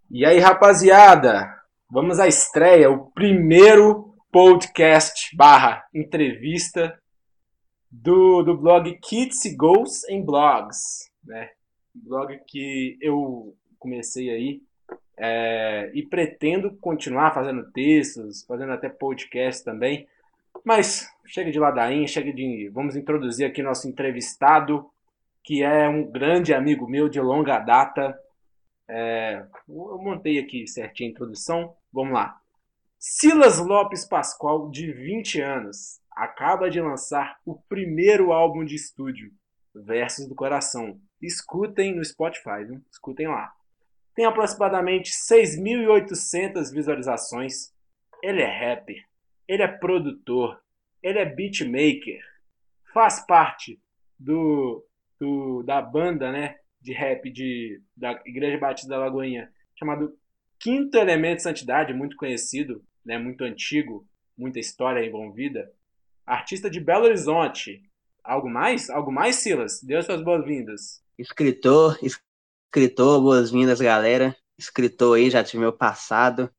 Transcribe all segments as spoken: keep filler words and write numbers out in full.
E aí, rapaziada, vamos à estreia, o primeiro podcast barra entrevista do, do blog Kids e Goals em Blogs, né? Blog que eu comecei aí é, e pretendo continuar fazendo textos, fazendo até podcast também, mas chega de ladainha, chega de... Vamos introduzir aqui nosso entrevistado, que é um grande amigo meu de longa data. Eu montei aqui certinho a introdução. Vamos lá. Silas Lopes Pascoal, de vinte anos, acaba de lançar o primeiro álbum de estúdio, Versos do Coração. Escutem no Spotify, viu? Escutem lá. Tem aproximadamente seis mil e oitocentas visualizações. Ele é rapper, ele é produtor, ele é beatmaker, faz parte do, do da banda, né, de rap de, da Igreja Batista da Lagoinha, chamado Quinto Elemento Santidade, muito conhecido, né, muito antigo, muita história envolvida. Artista de Belo Horizonte. Algo mais? Algo mais, Silas? Dê as suas boas-vindas. Escritor, escritor, boas-vindas, galera. Escritor aí, já tive meu passado.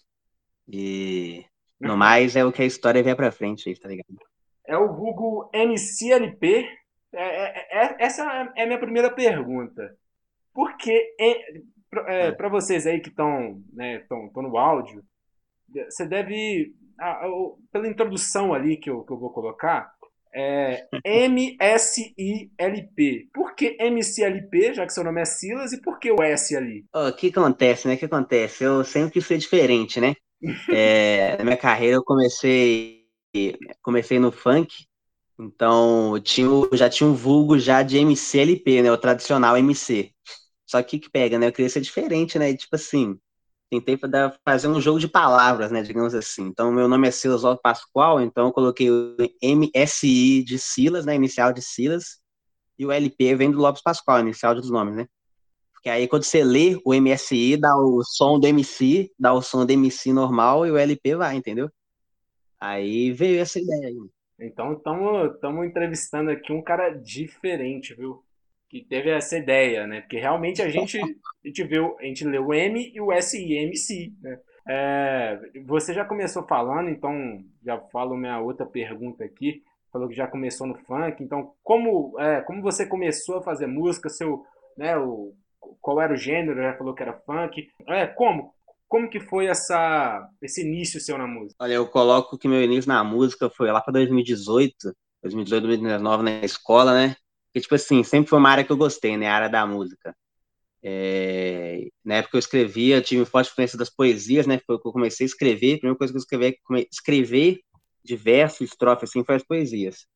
E no mais é o que a história vier pra frente aí, tá ligado? É o vulgo M C L P. É, é, é, essa é a minha primeira pergunta. Porque é, Ah. para vocês aí que estão né, no áudio, você deve, ah, pela introdução ali que eu, que eu vou colocar, é M S I L P. Por que M C L P, já que seu nome é Silas, e por que o S ali? Ó, o que acontece, né? O que acontece? Eu sempre quis ser diferente, né? É, na minha carreira eu comecei, comecei no funk, então eu tinha, o- já tinha um vulgo já de M C L P, né? O tradicional M C. Só que que pega, né? Eu queria ser diferente, né? E, tipo assim, tentei dar- fazer um jogo de palavras, né, digamos assim. Então, meu nome é Silas Otto Pascoal, então eu coloquei o M S I de Silas, né, inicial de Silas, e o L P vem do Lopes Pascoal, inicial dos nomes, né? Porque aí quando você lê o M S I, dá o som do M C, dá o som do M C normal e o L P vai, entendeu? Aí veio essa ideia aí. Então, estamos entrevistando aqui um cara diferente, viu? Que teve essa ideia, né? Porque realmente a gente, a gente viu, a gente leu o M e o S I, M C, né? É, você já começou falando, então já falo minha outra pergunta aqui. Falou que já começou no funk, então como, é, como você começou a fazer música, seu, né, o, qual era o gênero? Já falou que era funk. É, como? Como que foi essa, esse início seu na música? Olha, eu coloco que meu início na música foi lá para dois mil e dezoito, dois mil e dezoito, dois mil e dezenove na escola, né? Porque, tipo assim, sempre foi uma área que eu gostei, né? A área da música. É, na época eu escrevia, tive forte influência das poesias, né? Foi que eu comecei a escrever. A primeira coisa que eu escrevi, come- escrever de verso, estrofe, assim, foi as poesias.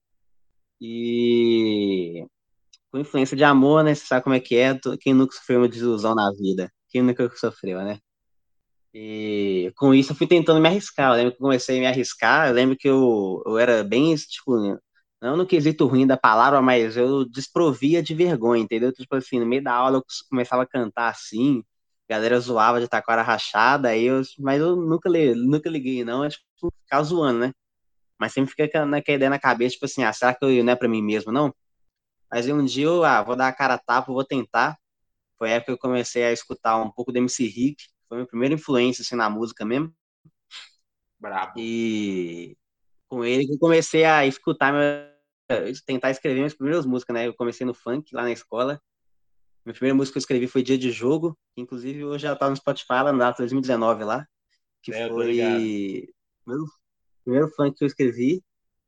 E com influência de amor, né? Você sabe como é que é? Tu- Quem nunca sofreu uma desilusão na vida? Quem nunca sofreu, né? E com isso eu fui tentando me arriscar. Eu lembro que eu comecei a me arriscar. Eu lembro que eu, eu era bem, tipo, não no quesito ruim da palavra, mas eu desprovia de vergonha, entendeu? Tipo assim, no meio da aula eu começava a cantar assim, a galera zoava de estar com a cara rachada, aí eu, mas eu nunca, li- nunca liguei, não, é tipo, ficar zoando, né? Mas sempre fica naquela ideia na cabeça, tipo assim, ah, será que eu não é pra mim mesmo, não? Mas aí um dia eu, ah, vou dar a cara a tapa, vou tentar. Foi a época que eu comecei a escutar um pouco do M C Rick, foi a minha primeira influência, assim, na música mesmo. Brabo. E com ele que eu comecei a escutar, meu, tentar escrever minhas primeiras músicas, né? Eu comecei no funk lá na escola. Minha primeira música que eu escrevi foi Dia de Jogo, que inclusive hoje já tá no Spotify lá no data dois mil e dezenove lá, que É, eu tô ligado. foi o primeiro, primeiro funk que eu escrevi.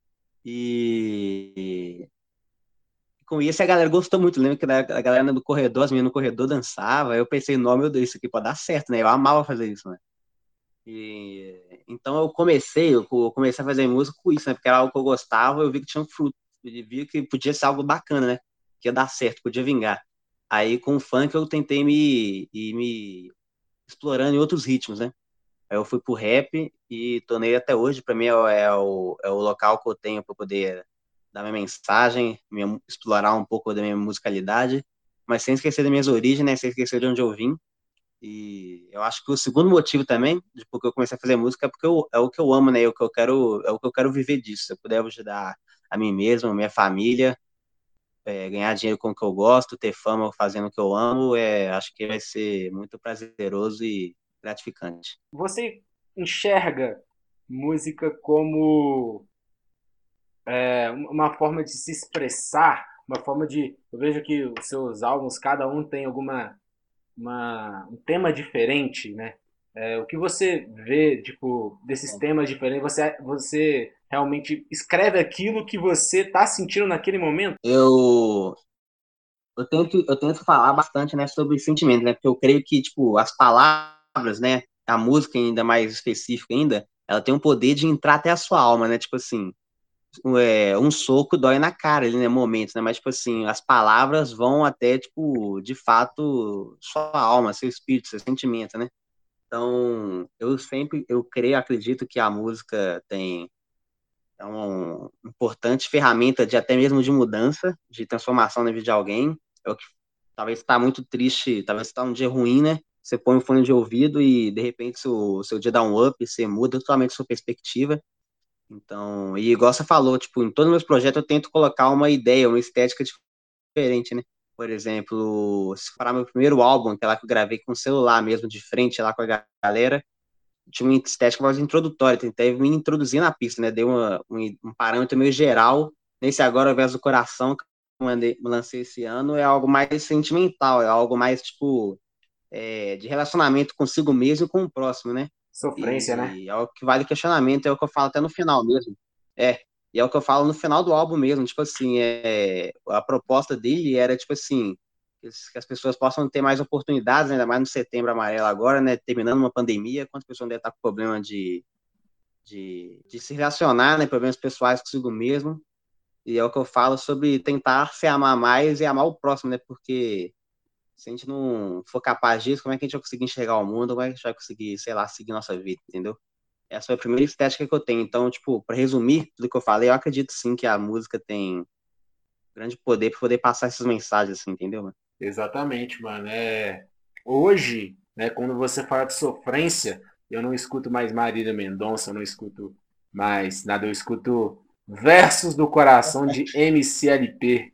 E com isso a galera gostou muito. Lembra que a galera do corredor, as meninas no corredor dançava. Eu pensei, não, meu Deus, isso aqui pode dar certo, né? Eu amava fazer isso, né? E, então eu comecei, eu comecei a fazer música com isso, né? Porque era algo que eu gostava, eu vi que tinha um fruto, eu vi que podia ser algo bacana, né? Que ia dar certo, podia vingar. Aí com o funk eu tentei me, ir me explorando em outros ritmos, né? Aí eu fui pro rap e tornei até hoje, para mim é, o, é o é o local que eu tenho para poder dar minha mensagem, minha, explorar um pouco da minha musicalidade, mas sem esquecer das minhas origens, né? Sem esquecer de onde eu vim. E eu acho que o segundo motivo também, de porque eu comecei a fazer música, é porque eu, é o que eu amo, né? É o que eu quero, é o que eu quero viver disso. Se eu puder ajudar a mim mesmo, a minha família, é, ganhar dinheiro com o que eu gosto, ter fama fazendo o que eu amo, é, acho que vai ser muito prazeroso e gratificante. Você enxerga música como é, uma forma de se expressar, uma forma de. Eu vejo que os seus álbuns, cada um tem alguma uma, um tema diferente, né? É, o que você vê, tipo, desses temas diferentes, você, você realmente escreve aquilo que você tá sentindo naquele momento? Eu, eu tento, eu tento falar bastante, né, sobre sentimento, né, porque eu creio que, tipo, as palavras, né, a música ainda mais específica ainda, ela tem um poder de entrar até a sua alma, né, tipo assim, é, um soco dói na cara ali, né, momentos, né, mas, tipo assim, as palavras vão até, tipo, de fato, sua alma, seu espírito, seu sentimento, né. Então, eu sempre, eu creio, acredito que a música tem é uma importante ferramenta de até mesmo de mudança, de transformação na vida de alguém. É o que talvez está muito triste, talvez está um dia ruim, né? Você põe um fone de ouvido e de repente seu, seu dia dá um up, você muda totalmente sua perspectiva. Então, e igual você falou, tipo, em todos os meus projetos eu tento colocar uma ideia, uma estética diferente, né? Por exemplo, se parar meu primeiro álbum, que é lá que eu gravei com o celular mesmo, de frente lá com a galera, tinha uma estética mais introdutória, tentei me introduzir na pista, né? Deu uma, um, um parâmetro meio geral. Nesse Agora ao Invés do Coração, que eu mandei, lancei esse ano, é algo mais sentimental, é algo mais, tipo, é, de relacionamento consigo mesmo e com o próximo, né? Sofrência, né? E é o que vale questionamento, é o que eu falo até no final mesmo. É, e é o que eu falo no final do álbum mesmo, tipo assim, é, a proposta dele era, tipo assim, que as pessoas possam ter mais oportunidades, ainda mais no Setembro Amarelo agora, né, terminando uma pandemia, quantas pessoas devem estar com problema de, de, de se relacionar, né, problemas pessoais consigo mesmo, e é o que eu falo sobre tentar se amar mais e amar o próximo, né, porque se a gente não for capaz disso, como é que a gente vai conseguir enxergar o mundo, como é que a gente vai conseguir, sei lá, seguir nossa vida, entendeu? Essa foi a primeira estética que eu tenho. Então, tipo, para resumir tudo que eu falei, eu acredito sim que a música tem grande poder para poder passar essas mensagens, assim, entendeu, mano? Exatamente, mano. É... Hoje, né, quando você fala de sofrência, eu não escuto mais Marília Mendonça, eu não escuto mais nada, eu escuto Versos do Coração de M C L P.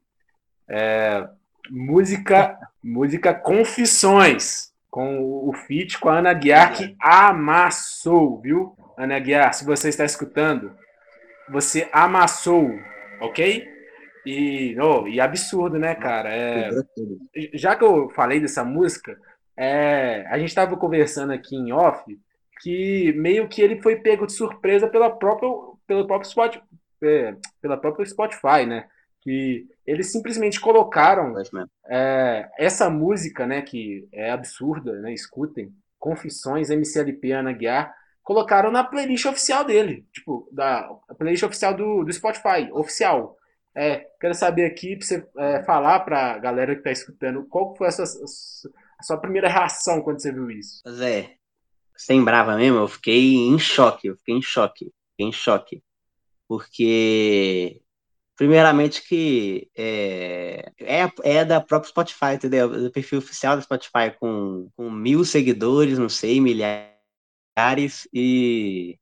Música, música Confissões, com o feat com a Ana Guiar, que amassou, viu? Ana Guiar, se você está escutando, você amassou, ok? E, oh, e absurdo, né, cara? É, já que eu falei dessa música, é, a gente estava conversando aqui em off que meio que ele foi pego de surpresa pela própria, pelo próprio Spotify, é, pela própria Spotify, né? Que eles simplesmente É, colocaram foi isso mesmo. é, essa música, né, que é absurda, né? Escutem, Confissões, M C L P, Ana Guiar, colocaram na playlist oficial dele, tipo, da a playlist oficial do, do Spotify, oficial. É, quero saber aqui pra você é, falar pra galera que tá escutando qual foi a sua, a sua primeira reação quando você viu isso. Mas é, sem brava mesmo, eu fiquei em choque, eu fiquei em choque, fiquei em choque. Porque, primeiramente, que é, é, é da própria Spotify, entendeu? Do perfil oficial da Spotify, com, com mil seguidores, não sei, milhares, e,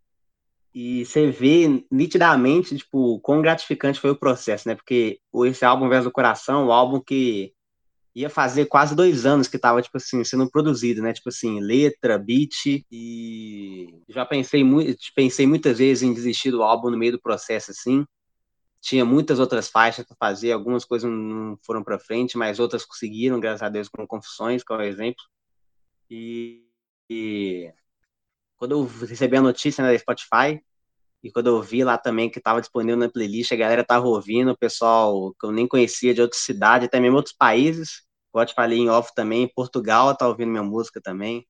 e você vê nitidamente, tipo, quão gratificante foi o processo, né? Porque esse álbum Verso do Coração, o álbum que ia fazer quase dois anos que tava, tipo assim, sendo produzido, né? Tipo assim, letra, beat, e já pensei, muito, pensei muitas vezes em desistir do álbum no meio do processo, assim. Tinha muitas outras faixas para fazer, algumas coisas não foram para frente, mas outras conseguiram, graças a Deus, com Confissões, que é o exemplo. E, e quando eu recebi a notícia, né, da Spotify, e quando eu vi lá também que estava disponível na playlist, a galera tava ouvindo, o pessoal que eu nem conhecia de outras cidades, até mesmo outros países, como eu te falei em off também, Portugal tá ouvindo minha música também.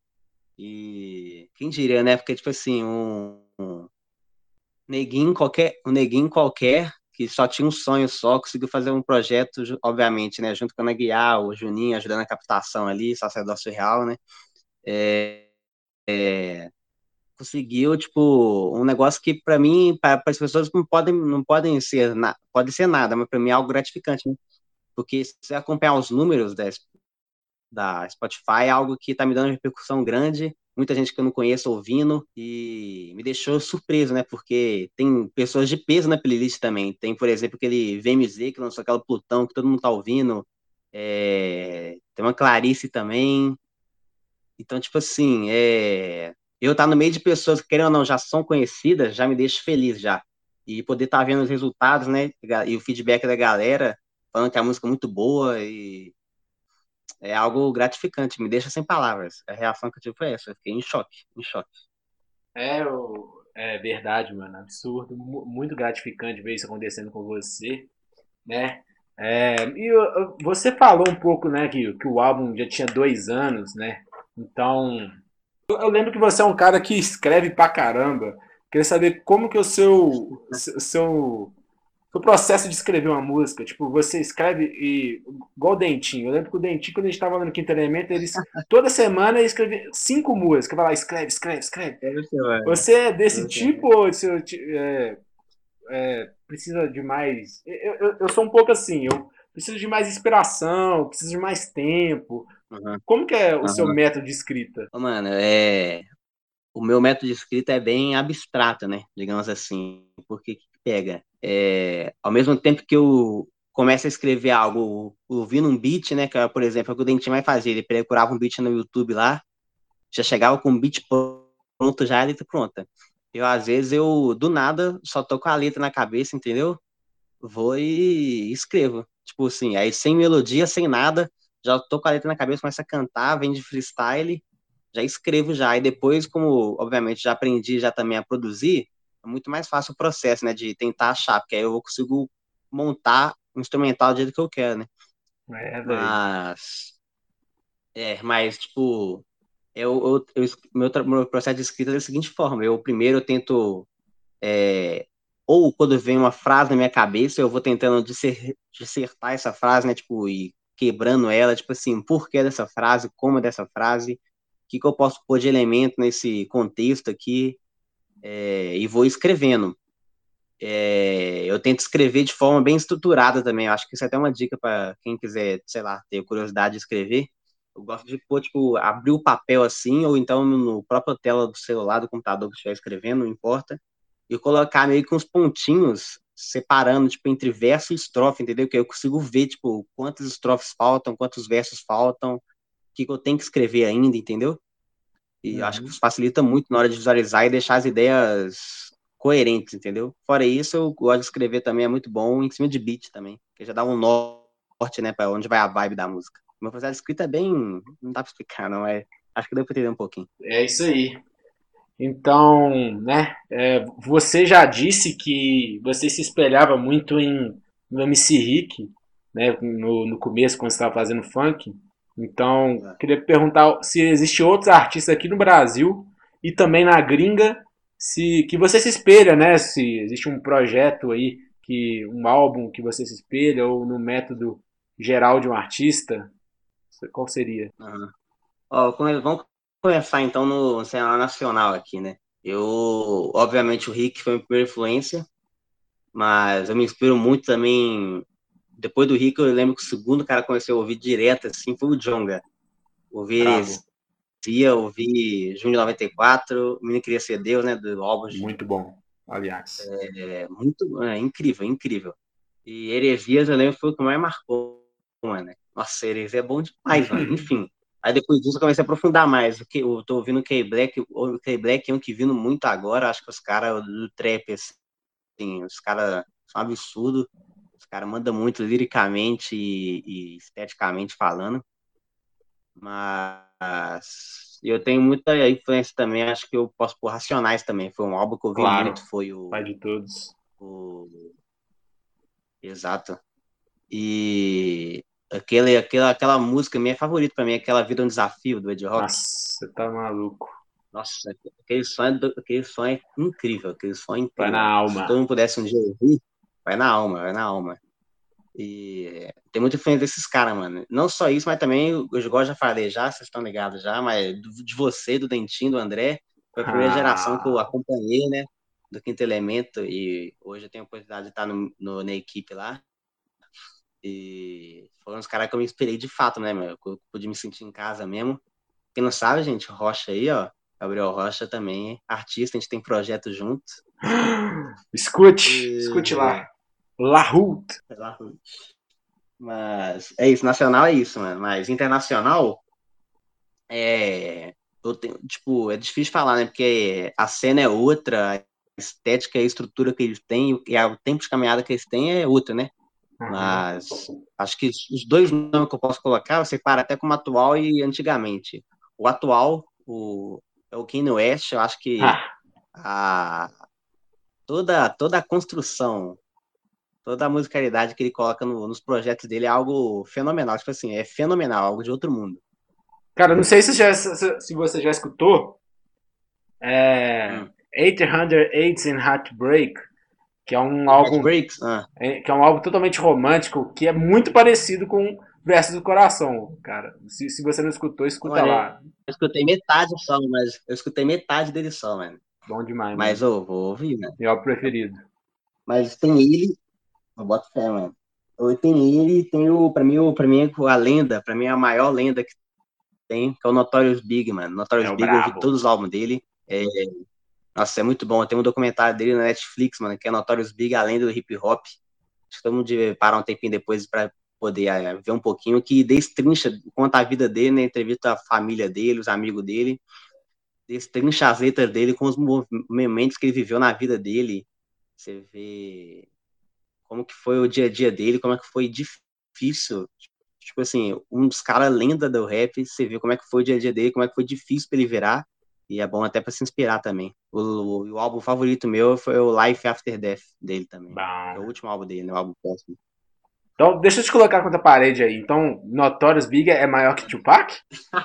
E quem diria, né? Porque, tipo assim, um, um neguinho qualquer, um neguinho qualquer que só tinha um sonho só, conseguiu fazer um projeto, obviamente, né? Junto com a Ana Guiar, o Juninho ajudando a captação ali, Sacerdócio Real, né? É, é, conseguiu, tipo, um negócio que para mim, para as pessoas não podem, não podem ser, na, pode ser nada, mas para mim é algo gratificante, né? Porque se você acompanhar os números das, da Spotify, é algo que tá me dando uma repercussão grande, muita gente que eu não conheço ouvindo, e me deixou surpreso, né? Porque tem pessoas de peso na playlist também. Tem, por exemplo, aquele V M Z que lançou aquela Plutão que todo mundo tá ouvindo. É, tem uma Clarice também. Então, tipo assim, é, eu estar no meio de pessoas que, querendo ou não, já são conhecidas, já me deixa feliz já. E poder estar vendo os resultados, né? E o feedback da galera, falando que a música é muito boa e é algo gratificante, me deixa sem palavras. A reação que eu tive foi essa, eu fiquei em choque, em choque. É, o- é verdade, mano. Absurdo. Mu- Muito gratificante ver isso acontecendo com você, né? É, e eu- eu- você falou um pouco, né, que, que o álbum já tinha dois anos, né? Então, eu, eu lembro que você é um cara que escreve pra caramba. Queria saber como que é o seu, seu, seu o processo de escrever uma música. Tipo, você escreve e. Igual o Dentinho. Eu lembro que o Dentinho, quando a gente tava lá no Quinto Elemento, eles. Toda semana ele escrevia cinco músicas. Vai lá, escreve, escreve, escreve. É você, mano. Você é É desse você, tipo ou você, é, é, precisa de mais. Eu, eu, eu sou um pouco assim, eu preciso de mais inspiração, preciso de mais tempo. uhum, Como que é o seu uhum. método de escrita? Ô, mano, é... o meu método de escrita é bem abstrato, né? Digamos assim. Porque que pega? É... Ao mesmo tempo que eu começo a escrever algo ouvindo um beat, né? Que, é, por exemplo, é o que o Dentinho vai fazer. Ele procurava um beat no YouTube lá, já chegava com o beat pronto, já a letra pronta. Eu, às vezes, eu, do nada, só tô com a letra na cabeça, entendeu? Vou e escrevo. Tipo assim, aí sem melodia, sem nada, já tô com a letra na cabeça, começo a cantar, vem de freestyle, já escrevo já. E depois, como, obviamente, já aprendi já também a produzir, é muito mais fácil o processo, né, de tentar achar, porque aí eu consigo montar um instrumental do jeito que eu quero, né? É, velho. Mas, é, mas, tipo, eu, eu, eu, meu, tra- meu processo de escrita é da seguinte forma: eu primeiro eu tento, é, ou quando vem uma frase na minha cabeça, eu vou tentando disser, dissertar essa frase, né? Tipo, e quebrando ela, tipo assim, por que dessa frase, como é dessa frase, o que, que eu posso pôr de elemento nesse contexto aqui, é, e vou escrevendo. É, eu tento escrever de forma bem estruturada também. Eu acho que isso é até uma dica para quem quiser, sei lá, ter curiosidade de escrever. Eu gosto de pôr, tipo, abrir o papel assim, ou então no próprio tela do celular, do computador que estiver escrevendo, não importa, e colocar meio que uns pontinhos separando, tipo, entre verso e estrofe, entendeu? Que aí eu consigo ver, tipo, quantas estrofes faltam, quantos versos faltam, o que, que eu tenho que escrever ainda, entendeu? E eu acho que Uhum. isso facilita muito na hora de visualizar e deixar as ideias coerentes, entendeu? Fora isso, eu gosto de escrever também, é muito bom em cima de beat também, que já dá um norte, né, para onde vai a vibe da música. O meu processo de escrita é bem, não dá para explicar, não é? Acho que deu para entender um pouquinho. É isso aí. Então, né, é, você já disse que você se espelhava muito em no M C Rick, né, no, no começo, quando você estava fazendo funk. Então, queria perguntar se existem outros artistas aqui no Brasil e também na gringa, se que você se espelha, né? Se existe um projeto aí, que um álbum que você se espelha, ou no método geral de um artista, qual seria? Uhum. Ó, come- vamos começar então no cenário nacional aqui, né? Eu, obviamente, o Rick foi a minha primeira influência, mas eu me inspiro muito também. Depois do Rick, eu lembro que o segundo cara que comecei a ouvir direto, assim, foi o Djonga. Ouvi Bravo, Heresia, ouvi Junho de noventa e quatro, Menino Queria Ser Deus, né? Do álbum. muito bom, aliás. É muito, é, incrível, incrível. E Heresias, eu lembro que foi o que mais marcou, mano. Nossa, Heresia é bom demais, mano. Enfim. Aí depois disso eu comecei a aprofundar mais. O que eu tô ouvindo o K-Black, o K-Black é um que vindo muito agora, acho que os caras do trap, assim, os caras são absurdos. Os caras mandam muito liricamente e, e esteticamente falando. Mas eu tenho muita influência também, acho que eu posso por Racionais também. Foi um álbum que eu ouvi Claro, muito, foi pai o, de todos. o... Exato. E aquele, aquela, aquela música minha favorita pra mim, aquela Vida é um Desafio, do Ed Rock. Nossa, você tá maluco. Nossa, aquele som, é, do- aquele som é incrível, aquele som é Vai na incrível. Se todo alma. mundo pudesse um dia ouvir, vai na alma, vai na alma. E tem muita influência desses caras, mano. Não só isso, mas também, eu igual já falei já, vocês estão ligados já, mas do- de você, do Dentinho, do André, foi a primeira geração que eu Ah, acompanhei, né? Do Quinto Elemento, e hoje eu tenho a oportunidade de estar no, no- na equipe lá. E foram os caras que eu me inspirei de fato, né, meu? Eu pude me sentir em casa mesmo. Quem não sabe, gente, Rocha aí, ó. Gabriel Rocha também, artista, a gente tem projeto junto. Escute, escute E... lá. Lahoud. Mas é isso, nacional é isso, mano. Mas internacional é. Eu tenho, tipo, é difícil falar, né? Porque a cena é outra, a estética e a estrutura que eles têm, e o tempo de caminhada que eles têm é outra, né? Uhum. Mas acho que os dois nomes que eu posso colocar, eu separo até como atual e antigamente. O atual, o, é o Kanye West, eu acho que Ah, a, toda, toda a construção, toda a musicalidade que ele coloca no- nos projetos dele é algo fenomenal. Tipo assim, é fenomenal, algo de outro mundo. cara, não sei se, já, se, se você já escutou é, Hum. oitocentos AIDS in Heartbreak, que é um O álbum Heartbreaks? Ah. é, que é um álbum totalmente romântico, que é muito parecido com Versos do Coração, cara. Se, se você não escutou, escuta Olha, lá. eu escutei metade só, mas eu escutei metade dele só, mano. Bom demais, Mas mano. eu vou ouvir, né? Meu álbum preferido. Mas tem ele, eu boto fé, mano. Eu tenho ele e tem o, pra mim, o, pra mim, a lenda, pra mim, a maior lenda que tem, que é o Notorious Big, mano. É Notorious o Big, eu ouvi brabo. todos os álbuns dele. É, nossa, é muito bom. Tem um documentário dele na Netflix, mano, que é Notorious Big, a lenda do hip hop. Acho que todo mundo devia parar um tempinho depois pra poder é, ver um pouquinho, que destrincha, conta a vida dele, né? Entrevista a família dele, os amigos dele, destrincha as letras dele com os momentos que ele viveu na vida dele. Você vê como que foi o dia a dia dele, como é que foi difícil. Tipo assim, um dos caras lenda do rap, você vê como é que foi o dia a dia dele, como é que foi difícil pra ele virar, e é bom até pra se inspirar também. O, o, o álbum favorito meu foi o Life After Death dele também, que é o Bom. último álbum dele, né, o álbum próximo. Então, deixa eu te colocar contra a parede aí. Então, Notorious Big é maior que Tupac?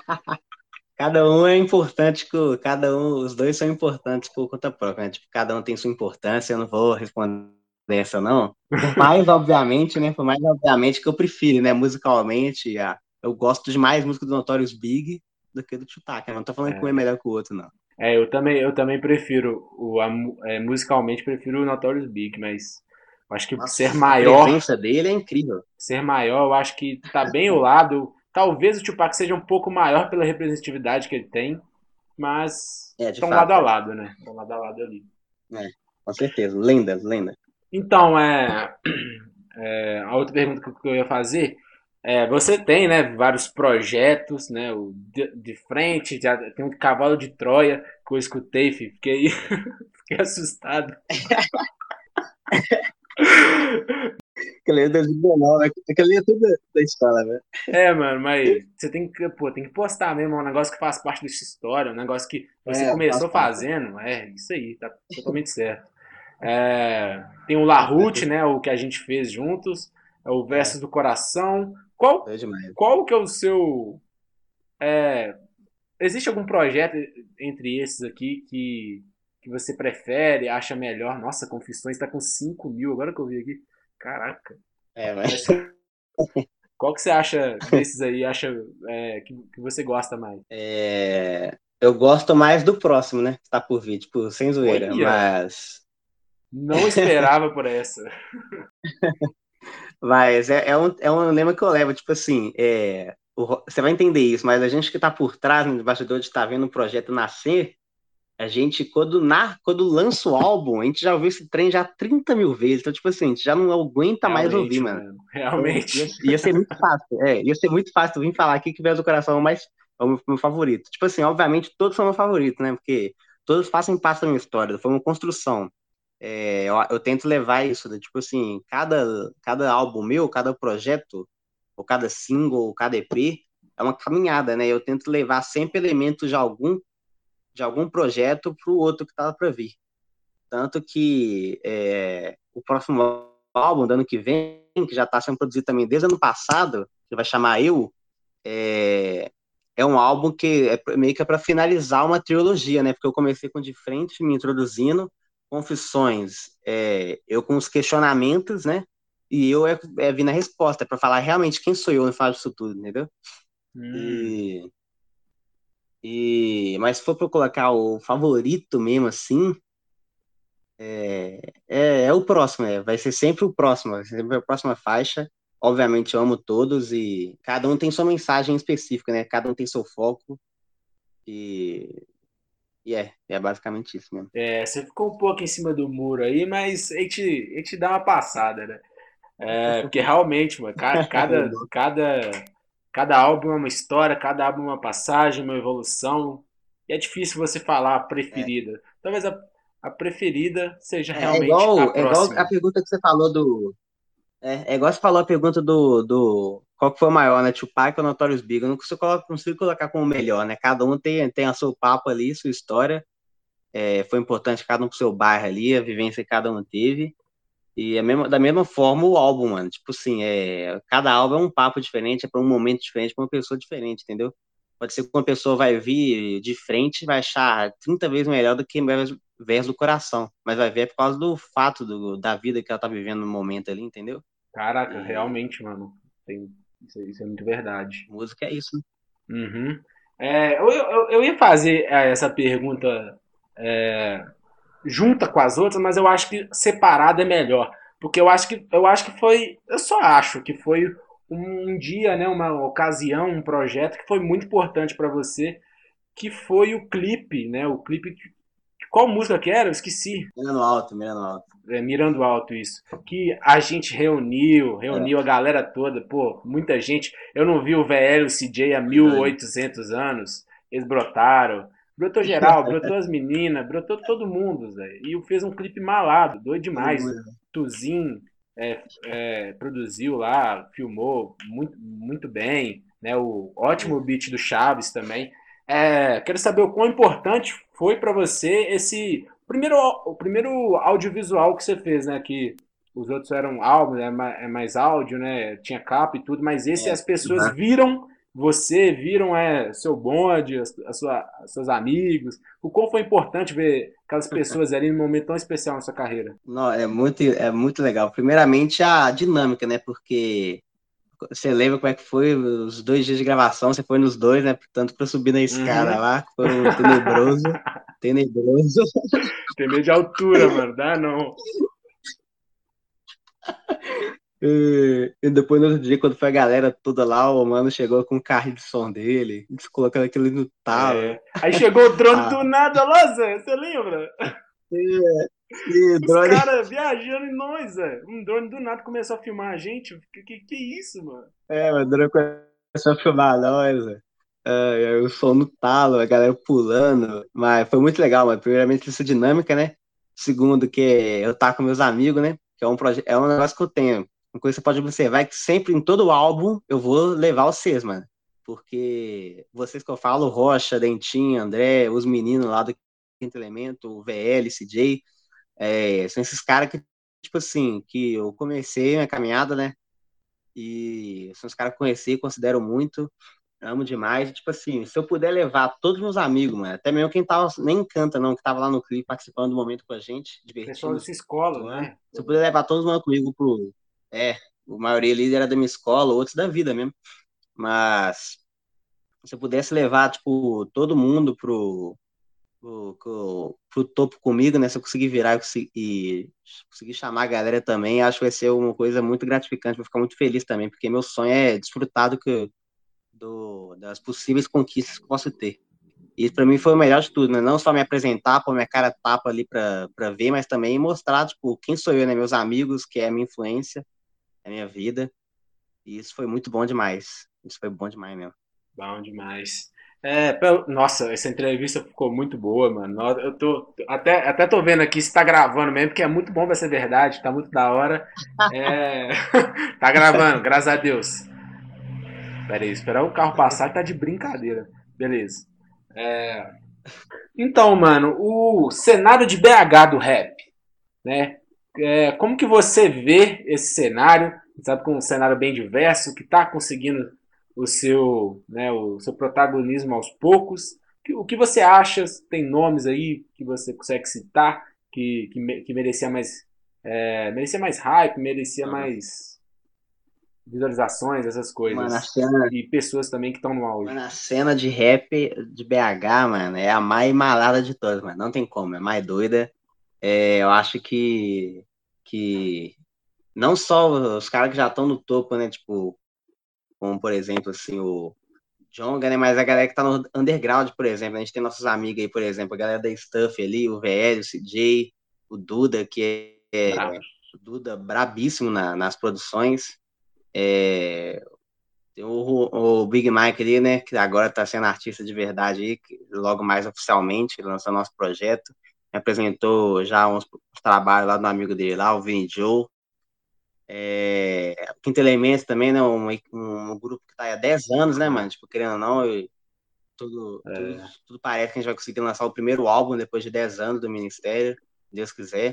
Cada um é importante, cada um, os dois são importantes por conta própria, né? Tipo, cada um tem sua importância, eu não vou responder essa, não. Por mais, obviamente, né? Por mais, obviamente, que eu prefiro, né? Musicalmente, a, eu gosto de mais música do Notorious Big do que do Tupac, né? Não tô falando que um é melhor que o outro, não. É, eu também, eu também prefiro, o, a, é, musicalmente prefiro o Notorious Big, mas eu acho que ser Nossa, a maior, presença dele é incrível. ser maior, eu acho que tá bem ao lado. Talvez o Tupac seja um pouco maior pela representatividade que ele tem, mas É, de estão lado fato, a é. lado, né? Estão lado a lado ali. É, com certeza. Lendas, lendas. Então, é, é, a outra pergunta que eu ia fazer é, você tem, né, vários projetos, né, o de, de frente, já tem um cavalo de Troia que eu escutei, filho, fiquei, fiquei assustado. Aquele é dois mil e dezenove, aquele é tudo da escola, velho. É, mano, mas você tem que, pô, tem que postar mesmo, é um negócio que faz parte dessa história, um negócio que você É, faz começou parte. fazendo, é isso aí, tá totalmente certo. É, tem o Lahut, né, o que a gente fez juntos, é o É, Versos do Coração. Qual, foi demais. qual que é o seu... é, existe algum projeto entre esses aqui que, que você prefere, acha melhor? Nossa, Confissões está com cinco mil, agora que eu vi aqui. Caraca. É, Mas mas qual que você acha desses aí, acha é, que, que você gosta mais? é, eu gosto mais do próximo, né? Que tá por vir, tipo, sem zoeira, Olha, mas, não esperava por essa. mas é, é, um, é um lema que eu levo, tipo assim, é, o ro- você vai entender isso, mas a gente que tá por trás, no bastidor de estar vendo o projeto nascer, a gente, quando, na, quando lança o álbum, a gente já ouviu esse trem já trinta mil vezes, então, tipo assim, a gente já não aguenta mais ouvir, Realmente, mano. mano. Então, ia, Realmente. ia ser muito fácil, é, ia ser muito fácil eu vir falar aqui que Vez do Coração é o mais, é o meu, meu favorito. Tipo assim, obviamente, todos são meu favorito, né? Porque todos fazem parte da minha história, foi uma construção. É, eu, eu tento levar isso, né? Tipo assim, cada, cada álbum meu, cada projeto, ou cada single, ou cada E P, é uma caminhada, né? Eu tento levar sempre elementos de algum, de algum projeto para o outro que estava para vir. Tanto que é, o próximo álbum do ano que vem, que já está sendo produzido também desde o ano passado, que vai chamar Eu, é, é um álbum que é meio que é para finalizar uma trilogia, né? Porque eu comecei com De Frente, me introduzindo, Confissões, é, eu com os questionamentos, né? E eu é, é vir na resposta, para falar realmente quem sou eu no final disso tudo, entendeu? Hum. E, e, mas se for para colocar o favorito mesmo, assim, é, é, é o próximo, é, vai ser sempre o próximo, vai ser sempre a próxima faixa. obviamente eu amo todos e cada um tem sua mensagem específica, né? Cada um tem seu foco e, e é, é basicamente isso mesmo. É, você ficou um pouco em cima do muro aí, mas a gente, a gente dá uma passada, né? É, porque realmente, mano, ca- cada, cada, cada álbum é uma história, cada álbum é uma passagem, uma evolução. E é difícil você falar a É, preferida. Talvez a, a preferida seja é, é realmente a igual, é igual a próxima. pergunta que você falou do. É, é igual você falou a pergunta do, do qual que foi o maior, né? Tupac ou Notorious Big? Eu não consigo, colo- consigo colocar como o melhor, né? Cada um tem, tem a seu papo ali, sua história. É, foi importante cada um pro seu bairro ali, a vivência que cada um teve. E a mesma, da mesma forma o álbum, mano. Tipo assim, é, cada álbum é um papo diferente, é para um momento diferente, para uma pessoa diferente, entendeu? Pode ser que uma pessoa vai vir de frente e vai achar trinta vezes melhor do que verso verso do coração. Mas vai ver é por causa do fato do, da vida que ela tá vivendo no momento ali, entendeu? Caraca, E realmente, mano. Tem, isso, isso é muito verdade. música é isso, né? Uhum. É, eu, eu, eu ia fazer é, essa pergunta é, junta com as outras, mas eu acho que separada é melhor. Porque eu acho que eu acho que foi. Eu só acho que foi um dia, né, uma ocasião, um projeto que foi muito importante para você, que foi o clipe, né? O clipe. Qual música que era? Eu esqueci. Mirando alto, mirando alto. É, Mirando Alto, isso. Que a gente reuniu, É, reuniu a galera toda, pô, muita gente. Eu não vi o V L e o C J há foi doido. mil e oitocentos anos. Eles brotaram. Brotou geral, brotou as meninas, brotou todo mundo, Zé. E fez um clipe malado, doido Todo demais. mundo. Tuzin é, é, produziu lá, filmou muito, muito bem, né? O ótimo beat do Chaves também. É, quero saber o quão importante foi para você esse primeiro, o primeiro audiovisual que você fez, né? Que os outros eram álbuns, é mais, é mais áudio, né? Tinha capa e tudo, mas esse É, as pessoas uhum. viram você, viram é, seu bonde, a sua, seus amigos. O quão foi importante ver aquelas pessoas ali num momento tão especial na sua carreira. Não, é muito, é muito legal. Primeiramente, a dinâmica, né? Porque você lembra como é que foi os dois dias de gravação? Você foi nos dois, né? Tanto para subir na escada Uhum. lá, que foi um tenebroso, tenebroso. Tem medo de altura, mano. Dá não. E, e depois no outro dia, quando foi a galera toda lá, o mano chegou com o carro de som dele, colocando aquilo no talo. É. Aí chegou o drone Ah, do nada lá, Zé. Você lembra? e, e Os drone. caras viajando em nós, Zé. Um drone do nada começou a filmar a gente. Que que, que isso, mano? É, o drone começou a filmar nós, velho. É, o som no talo, a galera pulando. Mas foi muito legal, mas primeiramente essa dinâmica, né? Segundo, que eu tava com meus amigos, né? Que é um projeto, é um negócio que eu tenho. Uma coisa que você pode observar é que sempre em todo álbum eu vou levar vocês, mano. Porque vocês que eu falo, Rocha, Dentinho, André, os meninos lá do Quinto Elemento, o V L, C J, é, são esses caras que, tipo assim, que eu comecei a minha caminhada, né? E são os caras que eu conheci, considero muito, amo demais. Tipo assim, se eu puder levar todos os meus amigos, mano, até mesmo quem tava, nem canta não, que tava lá no clipe participando do momento com a gente, Pessoal divertindo, dessa escola, zoando. né? Se eu puder levar todos os meus comigo pro. É, a maioria ali era da minha escola, outros da vida mesmo. Mas se eu pudesse levar, tipo, todo mundo pro, pro, pro, pro topo comigo, né? Se eu conseguir virar e conseguir, e conseguir chamar a galera também, acho que vai ser uma coisa muito gratificante, vou ficar muito feliz também, porque meu sonho é desfrutar do que, do, das possíveis conquistas que eu posso ter. E para mim foi o melhor de tudo, né? Não só me apresentar, pôr minha cara tapa ali para ver, mas também mostrar, tipo, quem sou eu, né? Meus amigos, que é a minha influência, é a minha vida. E isso foi muito bom demais. Isso foi bom demais mesmo. Bom demais. É, pelo- nossa, essa entrevista ficou muito boa, mano. No- Eu tô até, até tô vendo aqui se tá gravando mesmo, porque é muito bom pra ser verdade, tá muito da hora. É, tá gravando, graças a Deus. Pera aí, esperar o carro passar tá de brincadeira. Beleza. Então, mano, o cenário de B H do rap, né? É, como que você vê esse cenário? Sabe, com um cenário bem diverso, que está conseguindo o seu, né, o seu protagonismo aos poucos. O que você acha? Tem nomes aí que você consegue citar que, que, que merecia mais, é, merecia mais hype, merecia Uhum. mais visualizações, essas Mano, a coisas. cena, E pessoas também que estão no mano, auge. a cena de rap de B H, mano, é a mais malada de todas, mano. Não tem como, é mais doida. É, eu acho que, que não só os caras que já estão no topo, né? Tipo, como por exemplo, assim, o Jonga, né? Mas a galera que tá no underground, por exemplo. A gente tem nossos amigos aí, por exemplo, a galera da Stuff ali, o V L, o C J, o Duda, que é, é Bravo. o Duda brabíssimo na, nas produções. É, tem o, o Big Mike ali, né? Que agora tá sendo artista de verdade aí, logo mais oficialmente, lançou nosso projeto. Me apresentou já uns, uns trabalhos lá do amigo dele lá, o Vini Joe. É, o Quinto Elemento também, né? Um, um, um grupo que tá aí há dez anos, né, mano? Tipo, querendo ou não, eu, tudo, tudo, É. tudo parece que a gente vai conseguir lançar o primeiro álbum depois de dez anos do Ministério, se Deus quiser.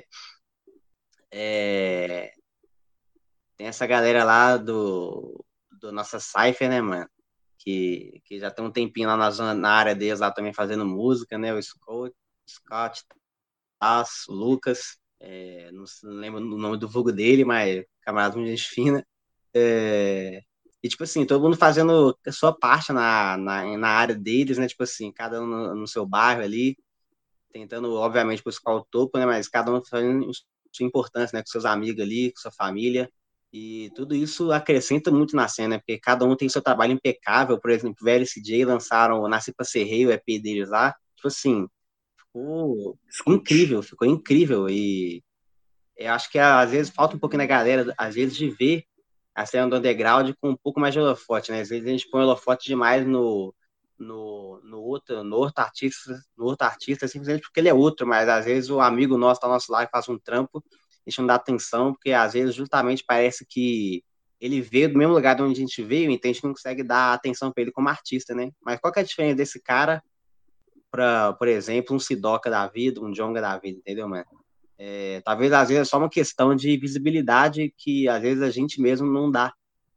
É, tem essa galera lá do, do nossa Cypher, né, mano? Que, que já tem um tempinho lá na, zona, na área deles, lá também fazendo música, né? O Scott, Scott Tass, o Lucas, é, não, não lembro o nome do vulgo dele, mas camarada muito gente fina. É, e, tipo assim, todo mundo fazendo a sua parte na, na, na área deles, né? Tipo assim, cada um no, no seu bairro ali, tentando, obviamente, buscar o topo, né? Mas cada um fazendo sua importância, né? Com seus amigos ali, com sua família. E tudo isso acrescenta muito na cena, né? Porque cada um tem seu trabalho impecável. Por exemplo, o V L C J lançaram o Nasci Pra Ser Rei, o E P deles lá. Tipo assim, ficou Escute. incrível, ficou incrível. E eu acho que às vezes falta um pouquinho na galera, às vezes, de ver a cena do underground com um pouco mais de holofote, né? Às vezes a gente põe holofote demais no, no, no, outro, no outro artista, no outro artista, simplesmente porque ele é outro, mas às vezes o amigo nosso tá nosso lado e faz um trampo, a gente não dá atenção, porque às vezes justamente parece que ele veio do mesmo lugar de onde a gente veio, então a gente não consegue dar atenção para ele como artista, né? Mas qual que é a diferença desse cara para, por exemplo, um Sidoca da vida, um Jonga da vida, entendeu, mano? É, talvez às vezes é só uma questão de visibilidade que às vezes a gente mesmo não dá.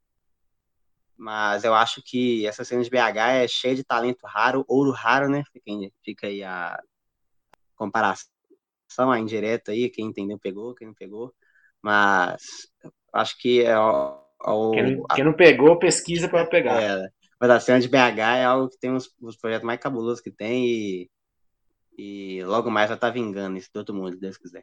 Mas eu acho que essa cena de B H é cheia de talento raro, ouro raro, né? Fica, fica aí a comparação, a indireta aí, quem entendeu pegou, quem não pegou. Mas acho que é o, Quem o, não, quem não pegou, pesquisa para pegar. é, mas a cena de B H é algo que tem uns, os projetos mais cabulosos que tem e, e logo mais vai estar vingando isso de todo mundo, se Deus quiser.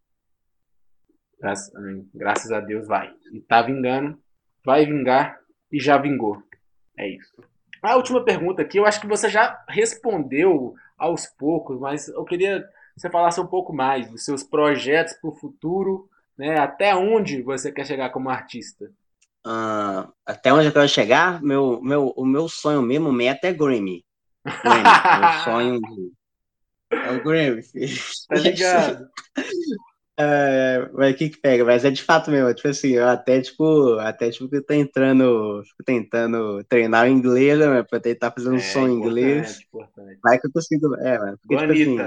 Graças, graças a Deus vai. E tá vingando, vai vingar e já vingou. É isso. A última pergunta aqui, eu acho que você já respondeu aos poucos, mas eu queria que você falasse um pouco mais dos seus projetos para o futuro, né? Até onde você quer chegar como artista? Uh, até onde eu quero chegar, meu, meu, o meu sonho mesmo, meta é Grammy. Grammy, meu sonho de... é o Grammy, filho. Tá ligado? É, mas o que que pega? Mas é de fato mesmo, tipo assim, eu até, tipo, até, tipo, que eu tô entrando, fico tentando treinar o inglês, né, pra tentar fazer um É som em inglês. importante, importante. Vai que eu consigo, é, mano, porque, Igual a tipo Anitta. assim,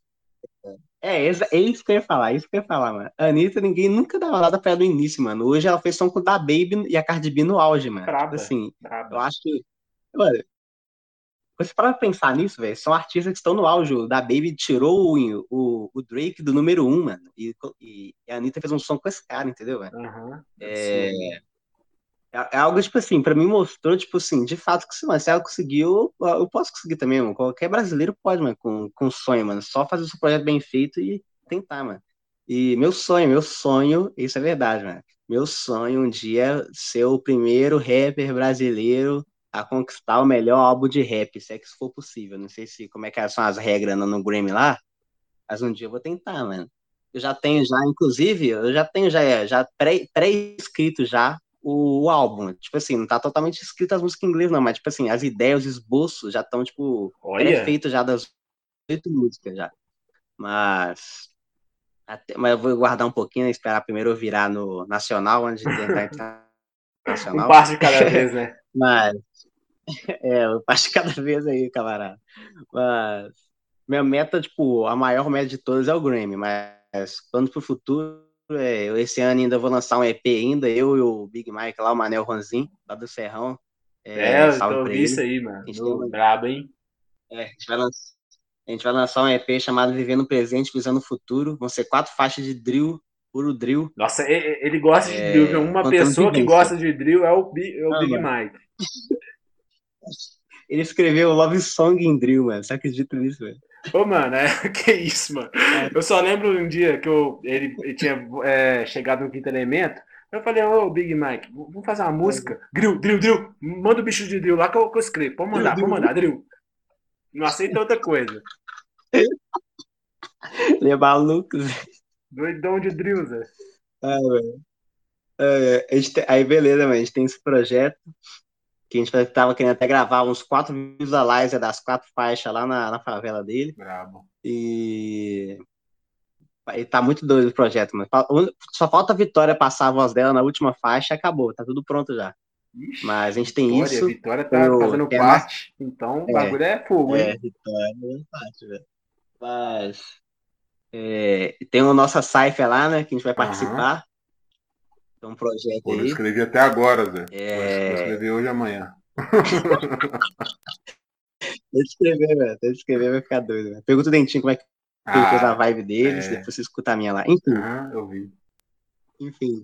é, é, é isso que eu ia falar, é isso que eu ia falar, mano. A Anitta, ninguém nunca dava nada pra ela no início, mano. Hoje ela fez som com o Da Baby e a Cardi B no auge, mano. Tipo Braba, assim, eu braba. acho que, mano, você para pensar nisso, velho, são artistas que estão no auge. O Da Baby tirou o, o, o Drake do número um, mano. E, e, a Anitta fez um som com esse cara, entendeu, velho? Uhum, É, absurdo. é, é algo, tipo assim, pra mim mostrou, tipo assim, de fato que se, se ela conseguiu, eu, eu posso conseguir também, mano. Qualquer brasileiro pode, mano, com, com sonho, mano. Só fazer o seu projeto bem feito e tentar, mano. E meu sonho, meu sonho, isso é verdade, mano. Meu sonho um dia é ser o primeiro rapper brasileiro a conquistar o melhor álbum de rap, se é que isso for possível. Não sei se como é que são as regras no, no Grammy lá, mas um dia eu vou tentar, mano. Eu já tenho já, inclusive, eu já tenho já, já pré- pré-escrito já o, o álbum. Tipo assim, não tá totalmente escrito as músicas em inglês, não, mas tipo assim, as ideias, os esboços já estão, tipo, Olha, pré-feitos já das oito músicas já. Mas, até, mas eu vou guardar um pouquinho, né, esperar primeiro eu virar no nacional, antes de tentar um internacional. passo de cada vez, né? Mas, é, eu passo cada vez aí, camarada. Mas, minha meta, tipo, a maior meta de todas é o Grammy, mas plano pro futuro, é, eu esse ano ainda vou lançar um E P ainda, eu e o Big Mike lá, o Manel Ronzin, lá do Serrão, É, é, eu salve tô, pra vi isso ele. aí, mano. A gente, tem, No, brabo, hein? é, a, gente vai lançar, a gente vai lançar um E P chamado Vivendo o Presente, Visando o Futuro, vão ser quatro faixas de drill, puro drill, Nossa, e- ele gosta de drill, viu? é, Uma contando pessoa que vivência. gosta de drill é o, Bi- é o Ah, Big mano, Mike. ele escreveu Love Song em drill, mano, você acredita nisso, velho? Ô, mano, é, que isso, mano. Ah, Eu só lembro um dia que eu, ele, ele tinha é, chegado no quinto elemento, Eu falei, ô Big Mike, vamos fazer uma música? Drill, drill, drill. Manda o bicho de drill lá que eu, que eu escrevo. Pode Deu, mandar, pode deu, deu. mandar, drill. Não aceita outra coisa. Ele é maluco, Zé. Doidão de drill, Zé. Ai, velho. É, a gente tem- aí, beleza, mano. A gente tem esse projeto que a gente vai- tava querendo até gravar uns quatro visualizers das quatro faixas lá na, na favela dele. Brabo. E, e tá muito doido o projeto, mano. Fa- Só falta a Vitória passar a voz dela na última faixa e acabou. Tá tudo pronto já. Mas a Ixi, gente tem Vitória. isso. Vitória Tem, tá o, fazendo tem a nossa. parte. Então o É, bagulho é fogo, é, hein? Vitória é parte, velho. Mas é, tem a nossa Cypher lá, né? Que a gente vai Aham. participar. Tem um projeto Pô, eu aí. escrevi até agora, Zé. Vou es- vou É, escrever hoje e amanhã. tem que escrever, velho. Tem que escrever, vai ficar doido, velho. Pergunta o Dentinho como é que ele fez a Ah, vibe deles, é. depois você escuta a minha lá. Enfim, Aham, eu vi. enfim.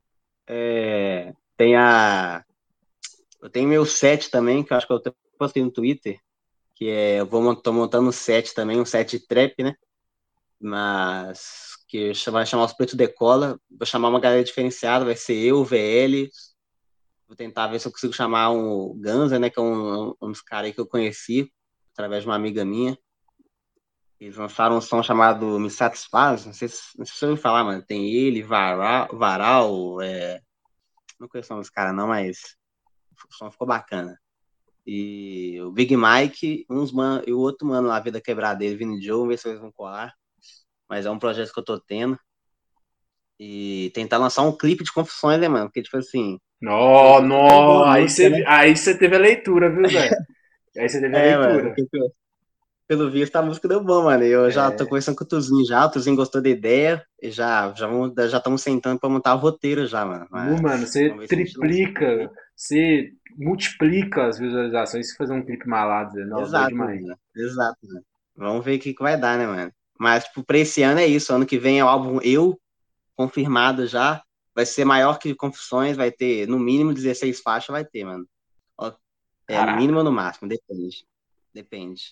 É, tem a. Eu tenho meu set também, que eu acho que eu até postei no Twitter, que é. Eu vou, mont- tô montando um set também, um set trap, né? Mas que vai chamar os Preto Decola. Vou chamar uma galera diferenciada, vai ser eu, o V L. Vou tentar ver se eu consigo chamar um Ganza, né? Que é um, um, um dos caras aí que eu conheci, através de uma amiga minha. Eles lançaram um som chamado Me Satisfaz, não sei se, não sei se você ouviu falar, mano. Tem ele, Varal, Varal é... não conheço os caras não, mas o som ficou bacana. E o Big Mike, uns man... e o outro mano lá, a Vida Quebrada dele, Vini Joe, vamos ver se eles vão colar. Mas é um projeto que eu tô tendo. E tentar lançar um clipe de confissões, né, mano? Porque, tipo assim, Nó, eu tô tendo nó. uma Aí música, né? você aí você teve a leitura, viu, Zé? Aí você teve a É, mano, leitura. porque, pelo visto a música deu bom, mano. Eu já tô É. conversando com o Tuzinho já, o Tuzinho gostou da ideia, e já já vamos, já estamos sentando pra montar o roteiro já, mano. Nu, Mas mano, você vamos ver se a gente lança isso triplica, aí. você multiplica as visualizações se fazer um clipe malado, Zé. Nó, doido Exato, demais. mano. Exato, mano. Vamos ver o que que vai dar, né, mano? Mas, tipo, pra esse ano é isso. Ano que vem é o álbum Eu, confirmado já. Vai ser maior que Confissões, vai ter no mínimo dezesseis faixas, vai ter, mano. Ó, é no mínimo Caraca. ou no máximo, depende. Depende.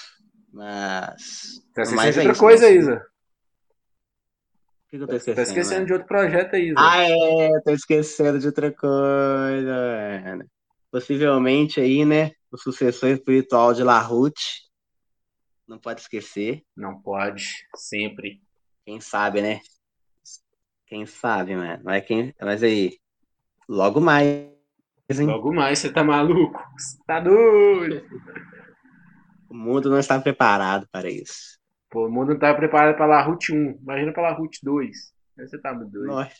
Mas. Tá esquecendo Mas de é outra isso, mano. coisa aí, O Zé. que que eu Tá, tô tá esquecendo, esquecendo mano? de outro projeto aí, Zé. Ah, é, tô esquecendo de outra coisa, mano. Possivelmente aí, né? O sucessor espiritual de Lahut, não pode esquecer. Não pode, sempre. Quem sabe, né? Quem sabe, mano. Mas, quem... Mas aí, logo mais, hein? Logo mais, você tá maluco? Você tá doido? O mundo não está preparado para isso. Pô, o mundo não tá preparado pra Larut um. Imagina pra Larut dois. Aí você tá muito doido. Nossa,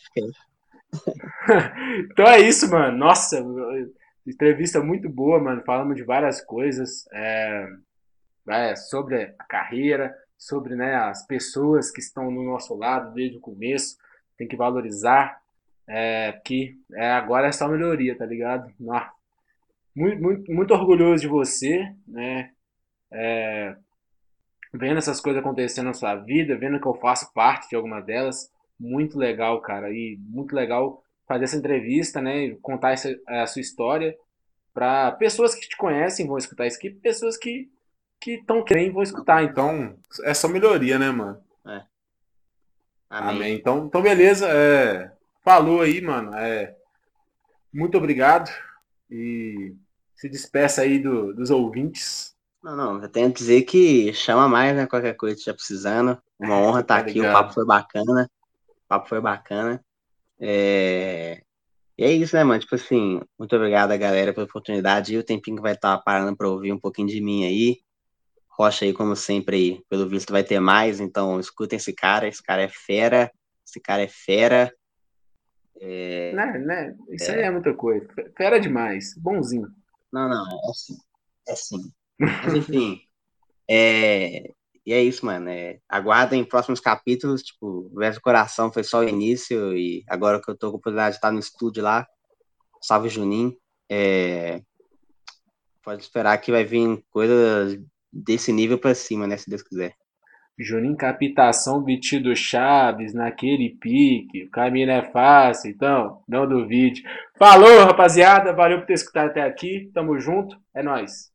Então é isso, mano. Nossa, entrevista muito boa, mano. Falamos de várias coisas. É, é, sobre a carreira, sobre, né, as pessoas que estão no nosso lado desde o começo. Tem que valorizar. É, que é, agora é só melhoria, tá ligado? Nossa, muito, muito, muito orgulhoso de você, né? Vendo essas coisas acontecendo na sua vida, vendo que eu faço parte de alguma delas. Muito legal, cara. E muito legal fazer essa entrevista, né? E contar essa, a sua história para pessoas que te conhecem vão escutar isso aqui, pessoas que que estão querendo vão não, escutar. Então, Então, é só melhoria, né, mano? é. Amém. Amém. Então, então beleza. É, falou aí, mano. É, muito obrigado. E se despeça aí do- dos ouvintes. Não, não, eu tenho que dizer que chama mais, né? Qualquer coisa que estiver precisando. Uma honra Você estar tá aqui, o papo ligado. foi bacana. O papo foi bacana. É... E é isso, né, mano? Tipo assim, muito obrigado a galera pela oportunidade e o tempinho que vai estar parando pra ouvir um pouquinho de mim aí. Rocha aí, como sempre, aí, pelo visto vai ter mais, então escutem esse cara, esse cara é fera, esse cara é fera. É... Né, né? Isso aí é é... muita coisa. Fera demais. Bonzinho. Não, não, é assim, é assim. Mas enfim, é... e é isso, mano. É... Aguardem próximos capítulos, tipo, Verso do Coração foi só o início e agora que eu tô com a oportunidade de estar no estúdio lá, salve Juninho. É... Pode esperar que vai vir coisas desse nível pra cima, né? Se Deus quiser. Juninho Capitação vestido Chaves, naquele pique. O caminho é fácil, então não duvide. Falou, rapaziada. Valeu por ter escutado até aqui. Tamo junto. É nóis.